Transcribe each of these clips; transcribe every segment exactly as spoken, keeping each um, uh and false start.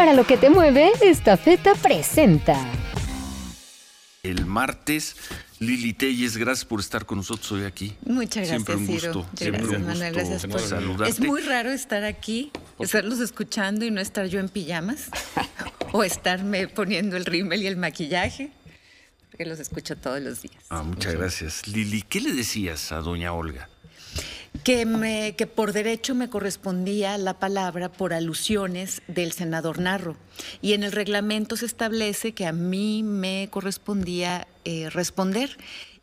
Para lo que te mueve, Estafeta presenta. El martes, Lili Telles, gracias por estar con nosotros hoy aquí. Muchas gracias, Siempre un Ciro. gusto. Siempre Gracias, un Manuel. gusto Gracias por saludarte. Es muy raro estar aquí, estarlos escuchando y no estar yo en pijamas o estarme poniendo el rímel y el maquillaje, porque los escucho todos los días. Ah, muchas gracias. Lili, ¿qué le decías a doña Olga? Que, me, que por derecho me correspondía la palabra por alusiones del senador Narro. Y en el reglamento se establece que a mí me correspondía eh, responder.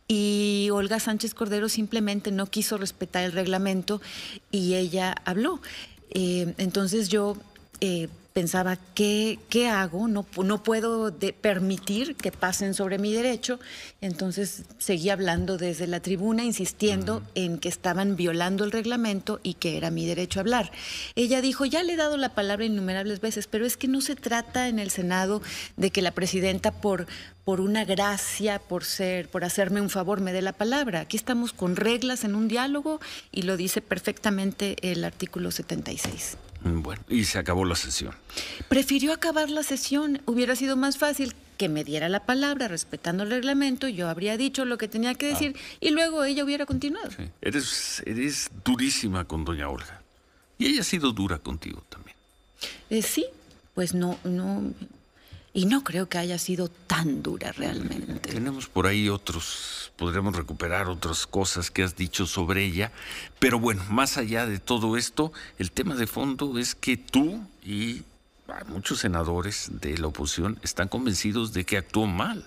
Y Olga Sánchez Cordero simplemente no quiso respetar el reglamento y ella habló. Eh, entonces yo eh, pensaba, ¿qué, qué hago? No, no puedo de permitir que pasen sobre mi derecho. Entonces seguí hablando desde la tribuna, insistiendo uh-huh. en que estaban violando el reglamento y que era mi derecho a hablar. Ella dijo, ya le he dado la palabra innumerables veces, pero es que no se trata en el Senado de que la presidenta por, por una gracia, por ser, por hacerme un favor, me dé la palabra. Aquí estamos con reglas en un diálogo y lo dice perfectamente el artículo setenta y seis. Bueno, y se acabó la sesión. Prefirió acabar la sesión. Hubiera sido más fácil que me diera la palabra respetando el reglamento, yo habría dicho lo que tenía que decir ah. y luego ella hubiera continuado. Sí. Eres, eres durísima con doña Olga. Y ella ha sido dura contigo también. Eh, sí, pues no, no... Y no creo que haya sido tan dura realmente. Tenemos por ahí otros, podremos recuperar otras cosas que has dicho sobre ella, pero bueno, más allá de todo esto, el tema de fondo es que tú y muchos senadores de la oposición están convencidos de que actuó mal.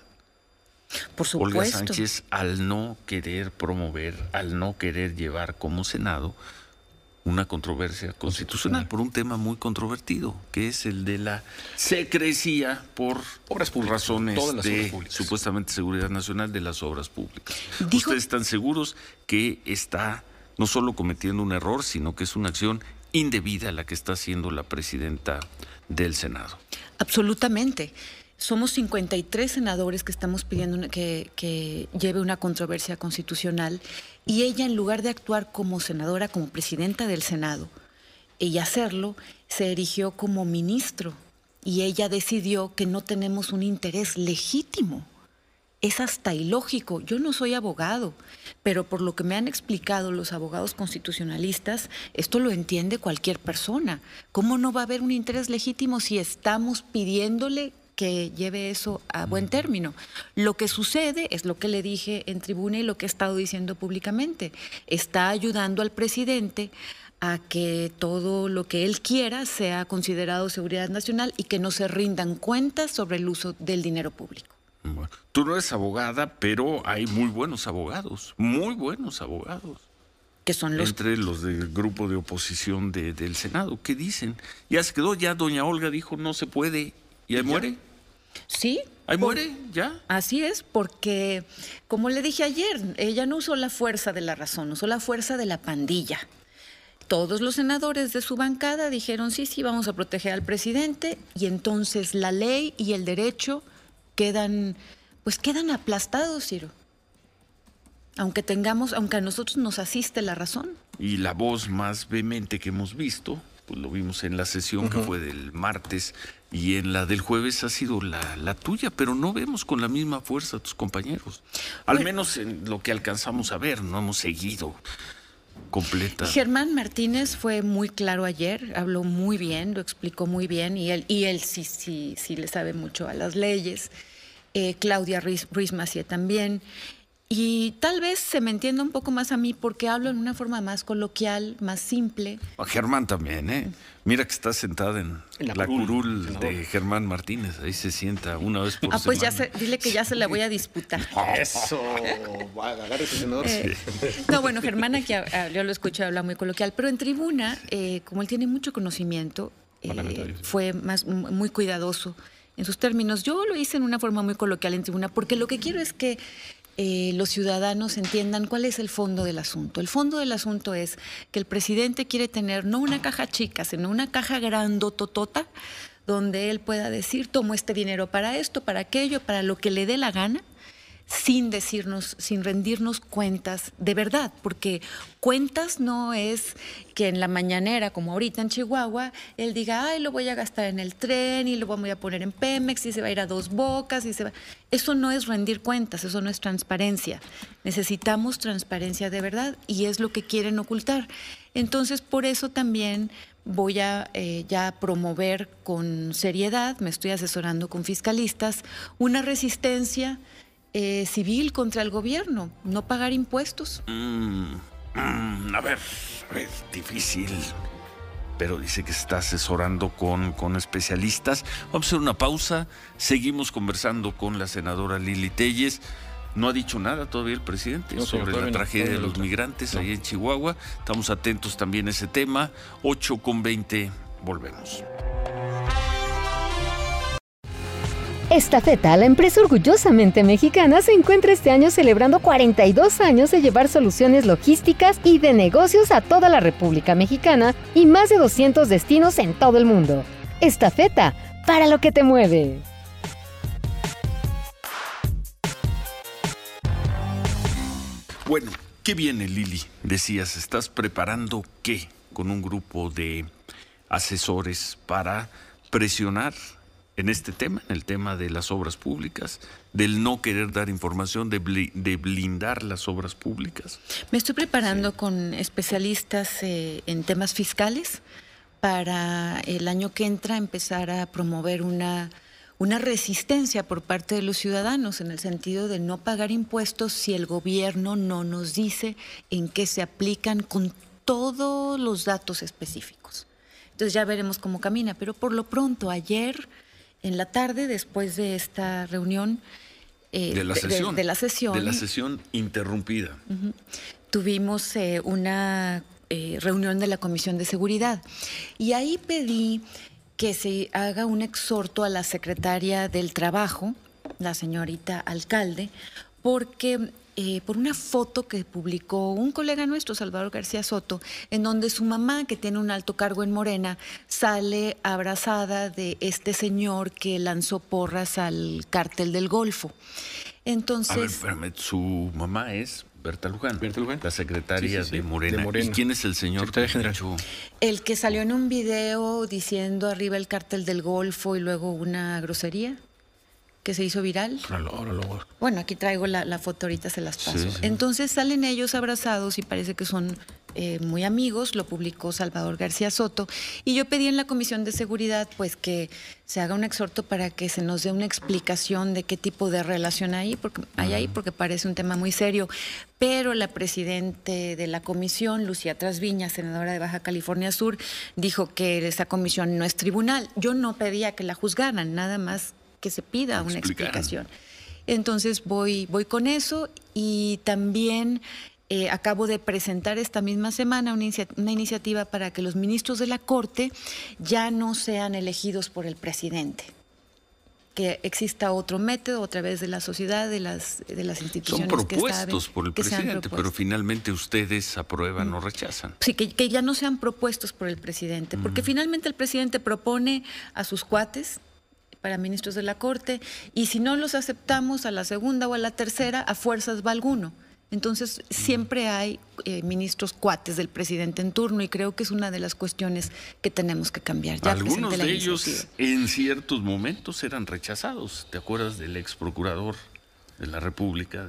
Por supuesto. Olga Sánchez, al no querer promover, al no querer llevar como Senado una controversia constitucional por un tema muy controvertido, que es el de la secrecía por obras públicas, razones todas las de obras públicas. Supuestamente seguridad nacional de las obras públicas. Dijo... ¿Ustedes están seguros que está no solo cometiendo un error, sino que es una acción indebida la que está haciendo la presidenta del Senado? Absolutamente. Somos cincuenta y tres senadores que estamos pidiendo una, que, que lleve una controversia constitucional y ella, en lugar de actuar como senadora, como presidenta del Senado y hacerlo, se erigió como ministro y ella decidió que no tenemos un interés legítimo. Es hasta ilógico. Yo no soy abogado, pero por lo que me han explicado los abogados constitucionalistas, esto lo entiende cualquier persona. ¿Cómo no va a haber un interés legítimo si estamos pidiéndole que lleve eso a buen término? Lo que sucede es lo que le dije en tribuna y lo que he estado diciendo públicamente. Está ayudando al presidente a que todo lo que él quiera sea considerado seguridad nacional y que no se rindan cuentas sobre el uso del dinero público. Bueno, tú no eres abogada, pero hay muy buenos abogados, muy buenos abogados. Que son los... Entre los del grupo de oposición de, del Senado. ¿Qué dicen? Ya se quedó, ya doña Olga dijo no se puede. ¿Y ahí muere? Sí. ¿Ahí por, muere? ¿Ya? Así es, porque, como le dije ayer, ella no usó la fuerza de la razón, usó la fuerza de la pandilla. Todos los senadores de su bancada dijeron, sí, sí, vamos a proteger al presidente, y entonces la ley y el derecho quedan, pues quedan aplastados, Ciro. Aunque tengamos, aunque a nosotros nos asiste la razón. Y la voz más vehemente que hemos visto, pues lo vimos en la sesión uh-huh. que fue del martes, y en la del jueves ha sido la, la tuya, pero no vemos con la misma fuerza a tus compañeros. Al bueno, menos en lo que alcanzamos a ver, no hemos seguido completa. Germán Martínez fue muy claro ayer, habló muy bien, lo explicó muy bien, y él, y él sí, sí, sí le sabe mucho a las leyes. Eh, Claudia Ruiz, Ruiz Massieu también. Y tal vez se me entienda un poco más a mí porque hablo en una forma más coloquial, más simple. A Germán también, ¿eh? Mira que está sentada en, en la, la curul, curul de Germán Martínez. Ahí se sienta una vez por ah, semana. Pues ya se, dile que ya se la voy a disputar. Eso, agarre ese senador. Eh, no, bueno, Germán aquí, yo lo escucho, habla muy coloquial, pero en tribuna, eh, como él tiene mucho conocimiento, eh, fue más, muy cuidadoso en sus términos. Yo lo hice en una forma muy coloquial en tribuna porque lo que quiero es que Eh, los ciudadanos entiendan cuál es el fondo del asunto. El fondo del asunto es que el presidente quiere tener no una caja chica, sino una caja grandototota donde él pueda decir, tomo este dinero para esto, para aquello, para lo que le dé la gana, sin decirnos, sin rendirnos cuentas de verdad, porque cuentas no es que en la mañanera, como ahorita en Chihuahua, él diga, ay, lo voy a gastar en el tren y lo voy a poner en Pemex y se va a ir a Dos Bocas y se va. Eso no es rendir cuentas, eso no es transparencia. Necesitamos transparencia de verdad y es lo que quieren ocultar. Entonces, por eso también voy a eh, ya promover con seriedad, me estoy asesorando con fiscalistas, una resistencia eh, civil contra el gobierno, no pagar impuestos. Mm, mm, a ver, a ver, difícil, pero dice que se está asesorando con, con especialistas. Vamos a hacer una pausa, seguimos conversando con la senadora Lili Téllez. No ha dicho nada todavía el presidente no, sobre la tragedia no, de los migrantes no. ahí en Chihuahua. Estamos atentos también a ese tema. ocho con veinte, volvemos. Estafeta, la empresa orgullosamente mexicana, se encuentra este año celebrando cuarenta y dos años de llevar soluciones logísticas y de negocios a toda la República Mexicana y más de doscientos destinos en todo el mundo. Estafeta, para lo que te mueve. Bueno, ¿qué viene, Lili? Decías, ¿estás preparando qué con un grupo de asesores para presionar en este tema, en el tema de las obras públicas, del no querer dar información, de, bl- de blindar las obras públicas? Me estoy preparando sí. con especialistas eh, en temas fiscales para el año que entra empezar a promover una, una resistencia por parte de los ciudadanos en el sentido de no pagar impuestos si el gobierno no nos dice en qué se aplican con todos los datos específicos. Entonces ya veremos cómo camina, pero por lo pronto ayer en la tarde, después de esta reunión, eh, de, la sesión, de, de la sesión, de la sesión interrumpida, uh-huh, tuvimos eh, una eh, reunión de la Comisión de Seguridad y ahí pedí que se haga un exhorto a la secretaria del Trabajo, la señorita alcalde, porque eh, por una foto que publicó un colega nuestro, Salvador García Soto, en donde su mamá, que tiene un alto cargo en Morena, sale abrazada de este señor que lanzó porras al cártel del Golfo. Entonces, a ver, espérame, su mamá es Berta Luján, Berta Luján, la secretaria sí, sí, sí, de, Morena. de Morena. ¿Y quién es el señor? Secretaria general. El que salió en un video diciendo arriba el cártel del Golfo y luego una grosería que se hizo viral. Ahora, ahora, ahora. Bueno, aquí traigo la, la foto, ahorita se las paso. Sí, sí. Entonces salen ellos abrazados y parece que son eh, muy amigos, lo publicó Salvador García Soto, y yo pedí en la Comisión de Seguridad pues que se haga un exhorto para que se nos dé una explicación de qué tipo de relación hay, porque, hay ahí, porque parece un tema muy serio. Pero la presidente de la comisión, Lucía Trasviña, senadora de Baja California Sur, dijo que esa comisión no es tribunal. Yo no pedía que la juzgaran, nada más que se pida una explicación. Entonces voy, voy con eso y también eh, acabo de presentar esta misma semana una, inicia- una iniciativa para que los ministros de la Corte ya no sean elegidos por el presidente, que exista otro método a través de la sociedad, de las, de las instituciones. Son que propuestos saben, por el que sean presidente, pero propuestos. finalmente ustedes aprueban mm. o rechazan. Sí, que, que ya no sean propuestos por el presidente, porque mm. finalmente el presidente propone a sus cuates para ministros de la Corte, y si no los aceptamos a la segunda o a la tercera, a fuerzas va alguno. Entonces, siempre hay eh, ministros cuates del presidente en turno, y creo que es una de las cuestiones que tenemos que cambiar. Ya Algunos de ellos en ciertos momentos eran rechazados. ¿Te acuerdas del ex procurador de la República,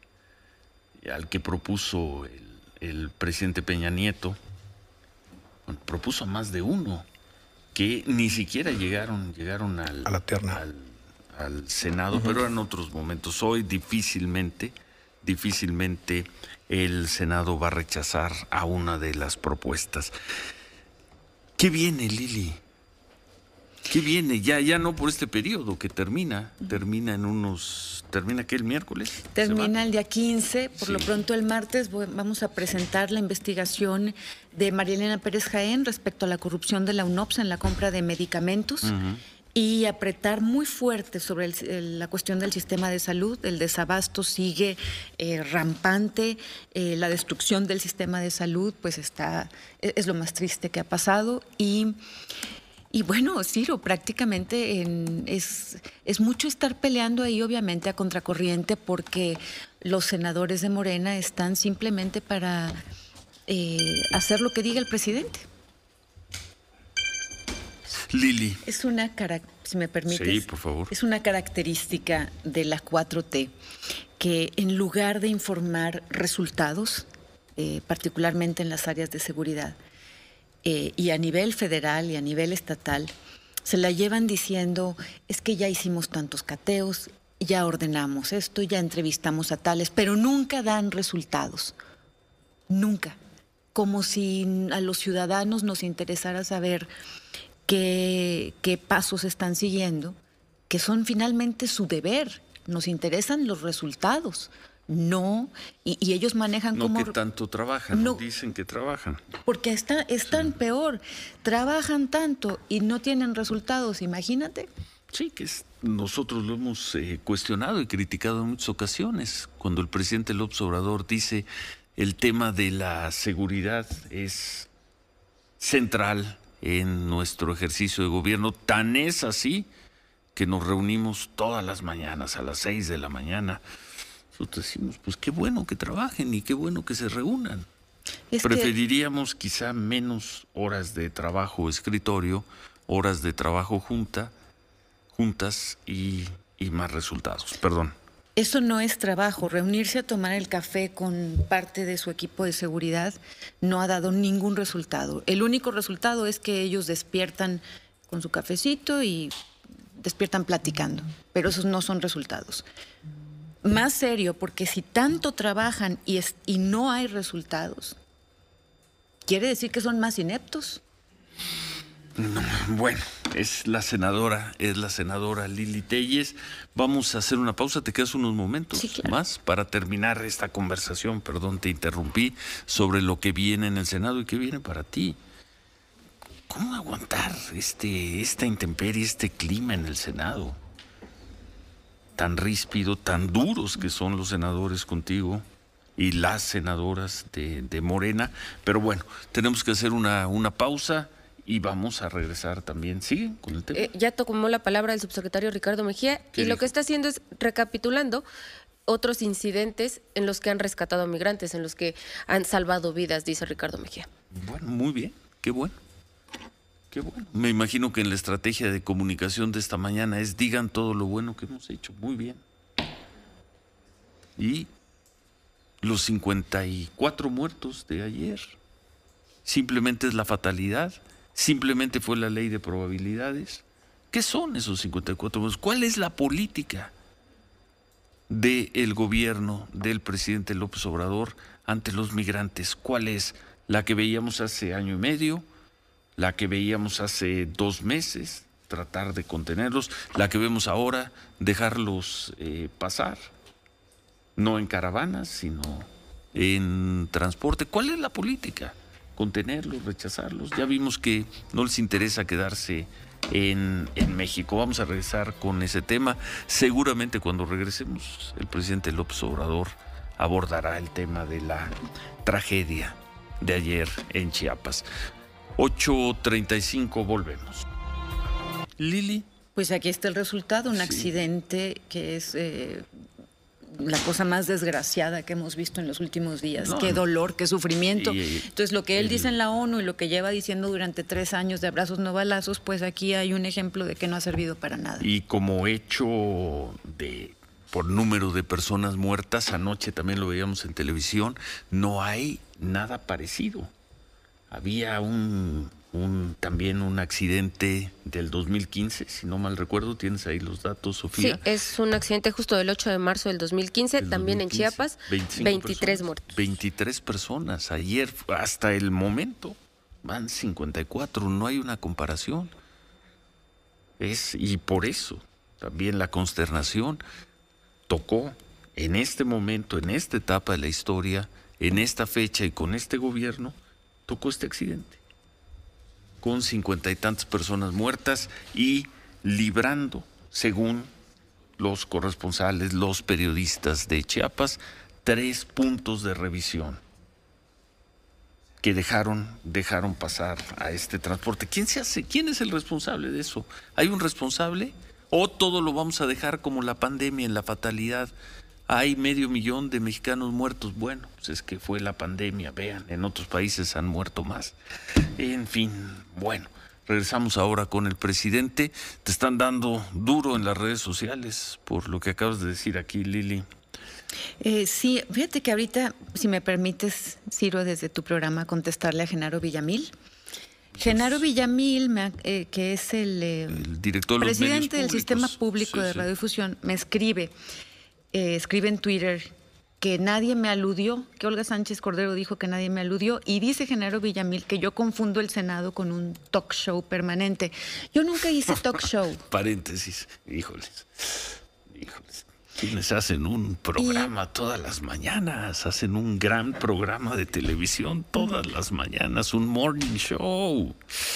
de, al que propuso el, el presidente Peña Nieto? Bueno, propuso a más de uno, que ni siquiera llegaron, llegaron al, a la terna. al, al Senado, uh-huh. pero eran otros momentos. Hoy difícilmente, difícilmente el Senado va a rechazar a una de las propuestas. ¿Qué viene, Lili? ¿Qué viene? Ya, ya no por este periodo que termina, uh-huh. termina en unos, termina ¿qué? El miércoles. Termina el día quince, por sí. lo pronto el martes voy, vamos a presentar la investigación de María Elena Pérez Jaén respecto a la corrupción de la UNOPS en la compra de medicamentos uh-huh. y apretar muy fuerte sobre el, el, la cuestión del sistema de salud. El desabasto sigue eh, rampante, eh, la destrucción del sistema de salud pues está, es, es lo más triste que ha pasado, y Y bueno, Ciro, prácticamente en, es, es mucho estar peleando ahí, obviamente, a contracorriente, porque los senadores de Morena están simplemente para eh, hacer lo que diga el presidente. Lili. Es una, carac- si me permites, Sí, por favor. es una característica de la cuatro T, que en lugar de informar resultados, eh, particularmente en las áreas de seguridad, Eh, y a nivel federal y a nivel estatal, se la llevan diciendo, es que ya hicimos tantos cateos, ya ordenamos esto, ya entrevistamos a tales, pero nunca dan resultados. Nunca. Como si a los ciudadanos nos interesara saber qué, qué pasos están siguiendo, que son finalmente su deber. Nos interesan los resultados. No, y, y ellos manejan No como... que tanto trabajan, No. dicen que trabajan. Porque está, están peor, trabajan tanto y no tienen resultados, imagínate. Sí, que es- nosotros lo hemos eh, cuestionado y criticado en muchas ocasiones. Cuando el presidente López Obrador dice el tema de la seguridad es central en nuestro ejercicio de gobierno, tan es así que nos reunimos todas las mañanas a las seis de la mañana. Nosotros decimos, pues qué bueno que trabajen y qué bueno que se reúnan. Es que- Preferiríamos quizá menos horas de trabajo escritorio, horas de trabajo junta, juntas y, y más resultados. Perdón. Eso no es trabajo. Reunirse a tomar el café con parte de su equipo de seguridad no ha dado ningún resultado. El único resultado es que ellos despiertan con su cafecito y despiertan platicando, pero esos no son resultados. Más serio, porque si tanto trabajan y, es, y no hay resultados, ¿quiere decir que son más ineptos? No, bueno, es la senadora, es la senadora Lili Telles. Vamos a hacer una pausa, te quedas unos momentos Sí, claro. más para terminar esta conversación, perdón, te interrumpí, sobre lo que viene en el Senado y qué viene para ti. ¿Cómo aguantar este, esta intemperie, este clima en el Senado? Tan ríspido, tan duros que son los senadores contigo y las senadoras de, de Morena. Pero bueno, tenemos que hacer una, una pausa y vamos a regresar también. ¿Siguen con el tema? Eh, ya tomó la palabra el subsecretario Ricardo Mejía ¿Qué y lo dijo? que está haciendo es recapitulando otros incidentes en los que han rescatado migrantes, en los que han salvado vidas, dice Ricardo Mejía. Bueno, muy bien, qué bueno. Qué bueno. Me imagino que en la estrategia de comunicación de esta mañana es digan todo lo bueno que hemos hecho. Muy bien. Y los cincuenta y cuatro muertos de ayer. Simplemente es la fatalidad. Simplemente fue la ley de probabilidades. ¿Qué son esos cincuenta y cuatro muertos? ¿Cuál es la política del gobierno del presidente López Obrador ante los migrantes? ¿Cuál es? ¿La que veíamos hace año y medio? ¿La que veíamos hace dos meses? Tratar de contenerlos. ¿La que vemos ahora? Dejarlos eh, pasar. No en caravanas, sino en transporte. ¿Cuál es la política? Contenerlos, rechazarlos. Ya vimos que no les interesa quedarse en, en México. Vamos a regresar con ese tema. Seguramente cuando regresemos, el presidente López Obrador abordará el tema de la tragedia de ayer en Chiapas. ocho treinta y cinco, volvemos. Lili. Pues aquí está el resultado, un Sí. accidente que es eh, la cosa más desgraciada que hemos visto en los últimos días. No, Qué no. dolor, qué sufrimiento. Y, y, Entonces, lo que él el- dice en la ONU y lo que lleva diciendo durante tres años de abrazos no balazos, pues aquí hay un ejemplo de que no ha servido para nada. Y como hecho de por número de personas muertas, anoche también lo veíamos en televisión, no hay nada parecido. Había un, un también un accidente del dos mil quince, si no mal recuerdo, tienes ahí los datos, Sofía. Sí, es un accidente justo del ocho de marzo del dos mil quince, Del también dos mil quince, en Chiapas, veinticinco veintitrés personas. muertos. veintitrés personas, ayer hasta el momento van cincuenta y cuatro, no hay una comparación. Es, y por eso también la consternación tocó en este momento, en esta etapa de la historia, en esta fecha y con este gobierno, tocó este accidente, con cincuenta y tantas personas muertas y librando, según los corresponsales, los periodistas de Chiapas, tres puntos de revisión. que dejaron, dejaron pasar a este transporte. ¿Quién se hace? ¿Quién es el responsable de eso? ¿Hay un responsable? ¿O todo lo vamos a dejar como la pandemia, en la fatalidad? Hay medio millón de mexicanos muertos. Bueno, pues es que fue la pandemia, vean, en otros países han muerto más. En fin, bueno, regresamos ahora con el presidente. Te están dando duro en las redes sociales por lo que acabas de decir aquí, Lili. Eh, sí, fíjate que ahorita, si me permites, Ciro, desde tu programa, contestarle a Genaro Villamil. Genaro Villamil, me, eh, que es el, eh, el director de los presidente medios del públicos. Sistema Público Sí, de sí. Radiodifusión, me escribe, eh, escribe en Twitter que nadie me aludió, que Olga Sánchez Cordero dijo que nadie me aludió, y dice Genaro Villamil que yo confundo el Senado con un talk show permanente. Yo nunca hice talk show. Paréntesis, híjoles, híjoles. Quienes hacen un programa y... todas las mañanas, hacen un gran programa de televisión todas las mañanas, un morning show.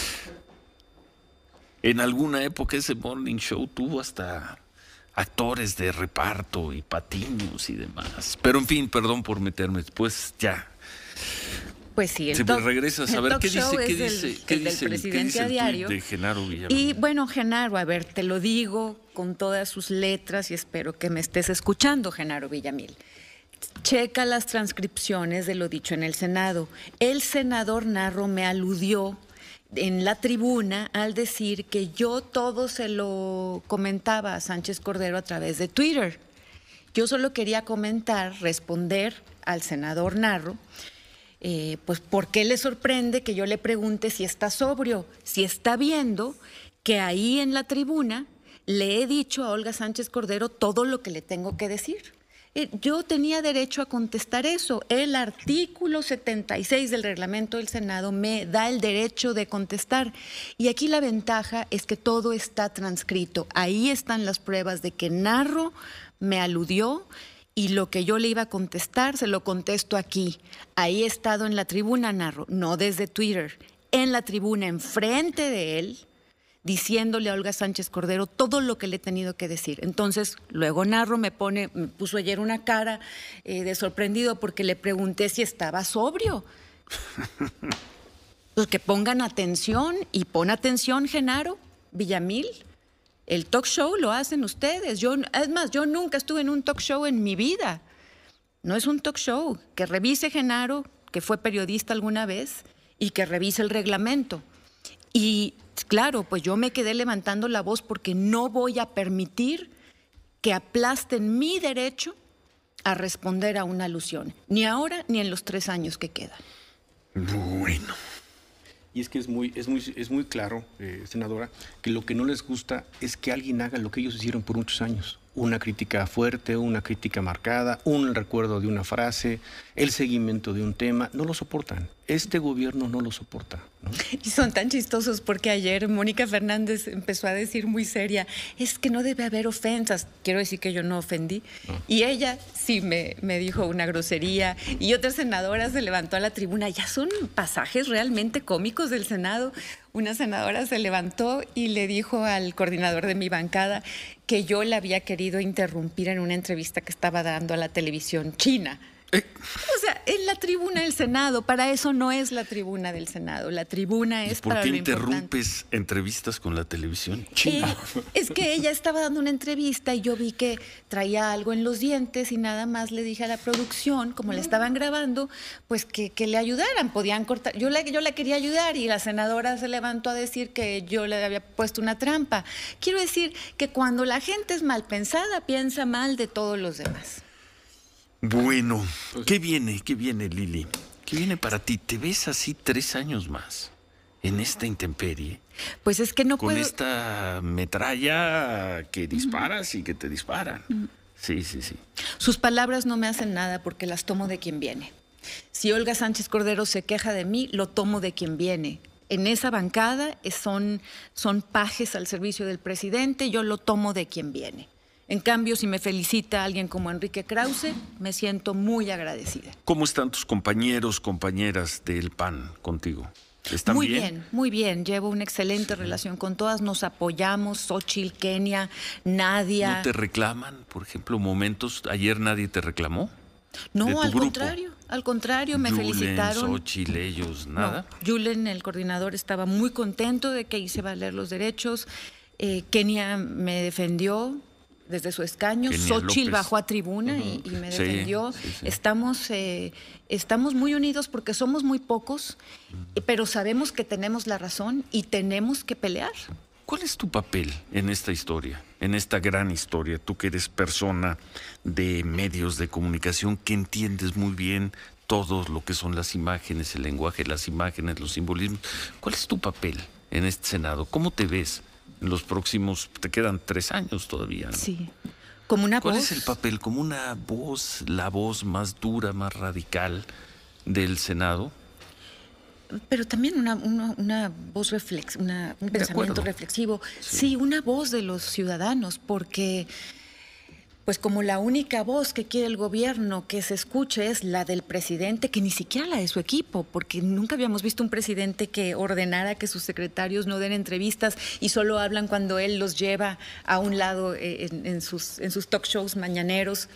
En alguna época ese morning show tuvo hasta actores de reparto y patiños y demás. Pero en fin, perdón por meterme, pues ya. Pues sí, el Se talk, regresas a el ver talk qué dice, show qué es dice, el, qué el dice del el, qué presidente dice a el diario. tuit de Genaro Villamil. Y bueno, Genaro, a ver, te lo digo con todas sus letras y espero que me estés escuchando, Genaro Villamil. Checa las transcripciones de lo dicho en el Senado. El senador Narro me aludió en la tribuna al decir que yo todo se lo comentaba a Sánchez Cordero a través de Twitter. Yo solo quería comentar, responder al senador Narro, eh, pues ¿por qué le sorprende que yo le pregunte si está sobrio? Si está viendo que ahí en la tribuna le he dicho a Olga Sánchez Cordero todo lo que le tengo que decir. Yo tenía derecho a contestar eso. El artículo setenta y seis del reglamento del Senado me da el derecho de contestar. Y aquí la ventaja es que todo está transcrito. Ahí están las pruebas de que Narro me aludió y lo que yo le iba a contestar se lo contesto aquí. Ahí he estado en la tribuna, Narro, no desde Twitter, en la tribuna, enfrente de él, diciéndole a Olga Sánchez Cordero todo lo que le he tenido que decir. Entonces, luego Narro me pone, me puso ayer una cara eh, de sorprendido porque le pregunté si estaba sobrio. Pues que pongan atención, y pon atención, Genaro Villamil. El talk show lo hacen ustedes. Yo, es más, yo nunca estuve en un talk show en mi vida. No es un talk show. Que revise Genaro, que fue periodista alguna vez, y que revise el reglamento. Y claro, pues yo me quedé levantando la voz porque no voy a permitir que aplasten mi derecho a responder a una alusión, ni ahora ni en los tres años que quedan. Bueno. Y es que es muy, es muy, es muy claro, eh, senadora, que lo que no les gusta es que alguien haga lo que ellos hicieron por muchos años. Una crítica fuerte, una crítica marcada, un recuerdo de una frase, el seguimiento de un tema. No lo soportan. Este gobierno no lo soporta, ¿no? Y son tan chistosos porque ayer Mónica Fernández empezó a decir muy seria, es que no debe haber ofensas. Quiero decir que yo no ofendí. No. Y ella sí me, me dijo una grosería. Y otra senadora se levantó a la tribuna. Ya son pasajes realmente cómicos del Senado. Una senadora se levantó y le dijo al coordinador de mi bancada que yo la había querido interrumpir en una entrevista que estaba dando a la televisión china. Eh. O sea, en la tribuna del Senado, para eso no es la tribuna del Senado, la tribuna es para lo importante. ¿Por qué interrumpes entrevistas con la televisión china? Eh, es que ella estaba dando una entrevista y yo vi que traía algo en los dientes y nada más le dije a la producción, como la estaban grabando, pues que, que le ayudaran, podían cortar. Yo la, yo la quería ayudar y la senadora se levantó a decir que yo le había puesto una trampa. Quiero decir que cuando la gente es mal pensada, piensa mal de todos los demás. Bueno, ¿qué viene? ¿Qué viene, Lili? ¿Qué viene para ti? ¿Te ves así tres años más en esta intemperie? Pues es que no Con puedo... esta metralla que disparas uh-huh. y que te disparan. Uh-huh. Sí, sí, sí. Sus palabras no me hacen nada porque las tomo de quien viene. Si Olga Sánchez Cordero se queja de mí, lo tomo de quien viene. En esa bancada son, son pajes al servicio del presidente, yo lo tomo de quien viene. En cambio, si me felicita alguien como Enrique Krause, me siento muy agradecida. ¿Cómo están tus compañeros, compañeras del P A N contigo? ¿Están muy bien? Muy bien, muy bien. Llevo una excelente sí. relación con todas. Nos apoyamos, Xochitl, Kenia, Nadia. ¿No te reclaman, por ejemplo, momentos? ¿Ayer nadie te reclamó? ¿De No, tu al grupo? contrario, al contrario, me Yulen, felicitaron. Xochitl, ellos, nada. No, Yulen, el coordinador, estaba muy contento de que hice valer los derechos. Eh, Kenia me defendió desde su escaño. Kenia Xochitl López. bajó a tribuna uh-huh. y, y me Sí, defendió. sí, sí. Estamos, eh, estamos muy unidos porque somos muy pocos, uh-huh. pero sabemos que tenemos la razón y tenemos que pelear. ¿Cuál es tu papel en esta historia, en esta gran historia? Tú que eres persona de medios de comunicación, que entiendes muy bien todo lo que son las imágenes, el lenguaje de las imágenes, los simbolismos. ¿Cuál es tu papel en este Senado? ¿Cómo te ves en los próximos, te quedan tres años todavía, ¿no? Sí, como una ¿Cuál voz. es el papel? ¿Como una voz, la voz más dura, más radical del Senado? Pero también una, una, una voz reflex, una, un pensamiento reflexivo. Sí. sí, una voz de los ciudadanos, porque pues como la única voz que quiere el gobierno que se escuche es la del presidente, que ni siquiera la de su equipo, porque nunca habíamos visto un presidente que ordenara que sus secretarios no den entrevistas y solo hablan cuando él los lleva a un lado en, en, sus, en sus talk shows mañaneros.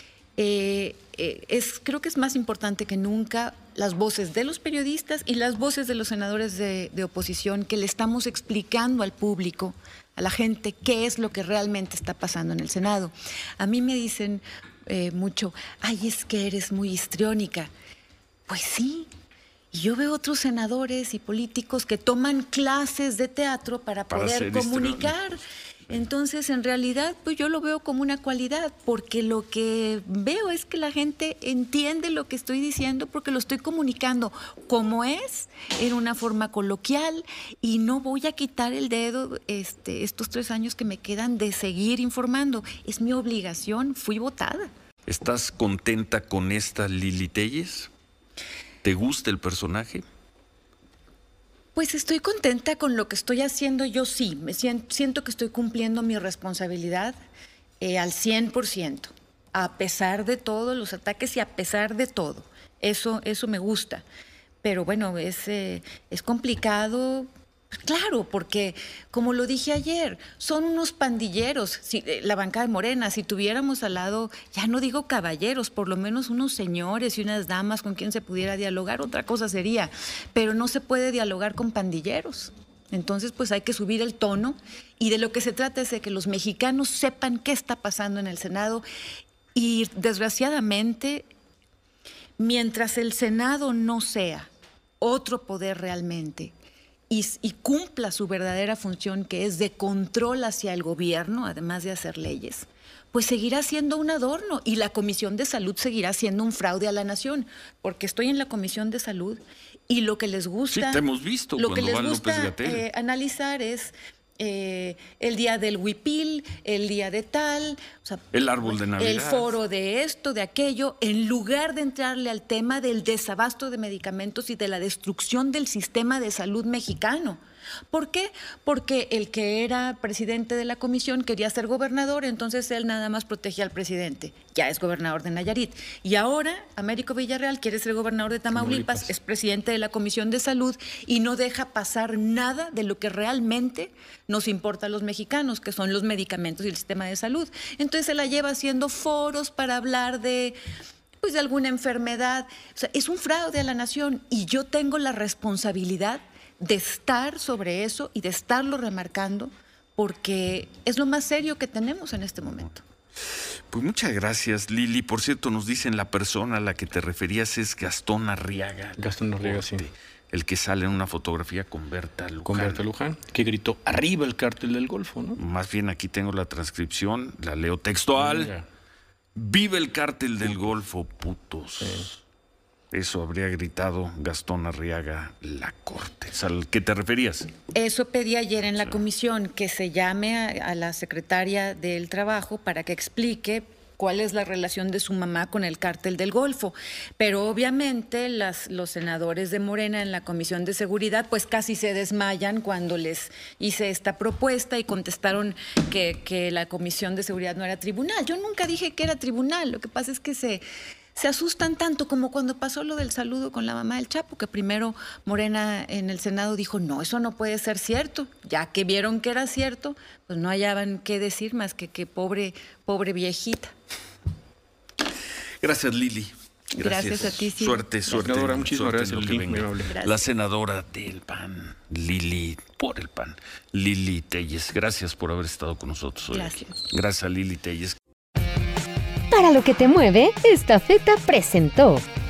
Eh, eh, es, creo que es más importante que nunca las voces de los periodistas y las voces de los senadores de, de oposición, que le estamos explicando al público, a la gente, qué es lo que realmente está pasando en el Senado. A mí me dicen eh, mucho, ay, es que eres muy histriónica. Pues sí, y yo veo otros senadores y políticos que toman clases de teatro para, para poder comunicar. Entonces, en realidad, pues yo lo veo como una cualidad, porque lo que veo es que la gente entiende lo que estoy diciendo, porque lo estoy comunicando como es, en una forma coloquial, y no voy a quitar el dedo este, estos tres años que me quedan de seguir informando. Es mi obligación, fui votada. ¿Estás contenta con esta Lili Téllez? ¿Te gusta el personaje? Pues estoy contenta con lo que estoy haciendo. Yo sí, me siento, siento que estoy cumpliendo mi responsabilidad eh, al cien por ciento, a pesar de todos los ataques y a pesar de todo. Eso, eso me gusta. Pero bueno, es, eh, es complicado. Claro, porque como lo dije ayer, son unos pandilleros, si, la bancada de Morena. Si tuviéramos al lado, ya no digo caballeros, por lo menos unos señores y unas damas con quien se pudiera dialogar, otra cosa sería, pero no se puede dialogar con pandilleros. Entonces, pues hay que subir el tono, y de lo que se trata es de que los mexicanos sepan qué está pasando en el Senado, y desgraciadamente, mientras el Senado no sea otro poder realmente, Y, y cumpla su verdadera función, que es de control hacia el gobierno, además de hacer leyes, pues seguirá siendo un adorno, y la Comisión de Salud seguirá siendo un fraude a la nación, porque estoy en la Comisión de Salud y lo que les gusta, sí, te hemos visto lo que cuando les va gusta López-Gatell. eh, analizar es eh, el día del huipil, el día de tal, o sea, el árbol de Navidad, el foro de esto, de aquello, en lugar de entrarle al tema del desabasto de medicamentos y de la destrucción del sistema de salud mexicano. ¿Por qué? Porque el que era presidente de la comisión quería ser gobernador, entonces él nada más protegía al presidente. Ya es gobernador de Nayarit. Y ahora Américo Villarreal quiere ser gobernador de Tamaulipas, Tamaulipas, es presidente de la Comisión de Salud y no deja pasar nada de lo que realmente nos importa a los mexicanos, que son los medicamentos y el sistema de salud. Entonces se la lleva haciendo foros para hablar de... pues de alguna enfermedad. O sea, es un fraude a la nación, y yo tengo la responsabilidad de estar sobre eso y de estarlo remarcando, porque es lo más serio que tenemos en este momento. Pues muchas gracias, Lili. Por cierto, nos dicen la persona a la que te referías es Gastón Arriaga. Gastón Arriaga, sí. El que sale en una fotografía con Berta Luján. Con Berta Luján, que gritó, arriba el cártel del Golfo, ¿no? Más bien aquí tengo la transcripción, la leo textual. Mira. ¡Viva el cártel del Golfo, putos! Sí. Eso habría gritado Gastón Arriaga Lacorte. ¿Al qué te referías? Eso pedí ayer en la comisión, que se llame a, a la secretaria del Trabajo para que explique cuál es la relación de su mamá con el cártel del Golfo. Pero obviamente las, los senadores de Morena en la Comisión de Seguridad pues casi se desmayan cuando les hice esta propuesta y contestaron que, que la Comisión de Seguridad no era tribunal. Yo nunca dije que era tribunal, lo que pasa es que se... Se asustan tanto como cuando pasó lo del saludo con la mamá del Chapo, que primero Morena en el Senado dijo, no, eso no puede ser cierto. Ya que vieron que era cierto, pues no hallaban qué decir más que que pobre, pobre viejita. Gracias, Lili. Gracias, gracias a ti, sí. Suerte, suerte. Senadora, muchísimas suerte gracias, en lo que Lili, venga. gracias. La senadora del P A N, Lili, por el P A N, Lili Telles. Gracias por haber estado con nosotros hoy. Gracias. Aquí. Gracias a Lili Telles. Para lo que te mueve, Estafeta presentó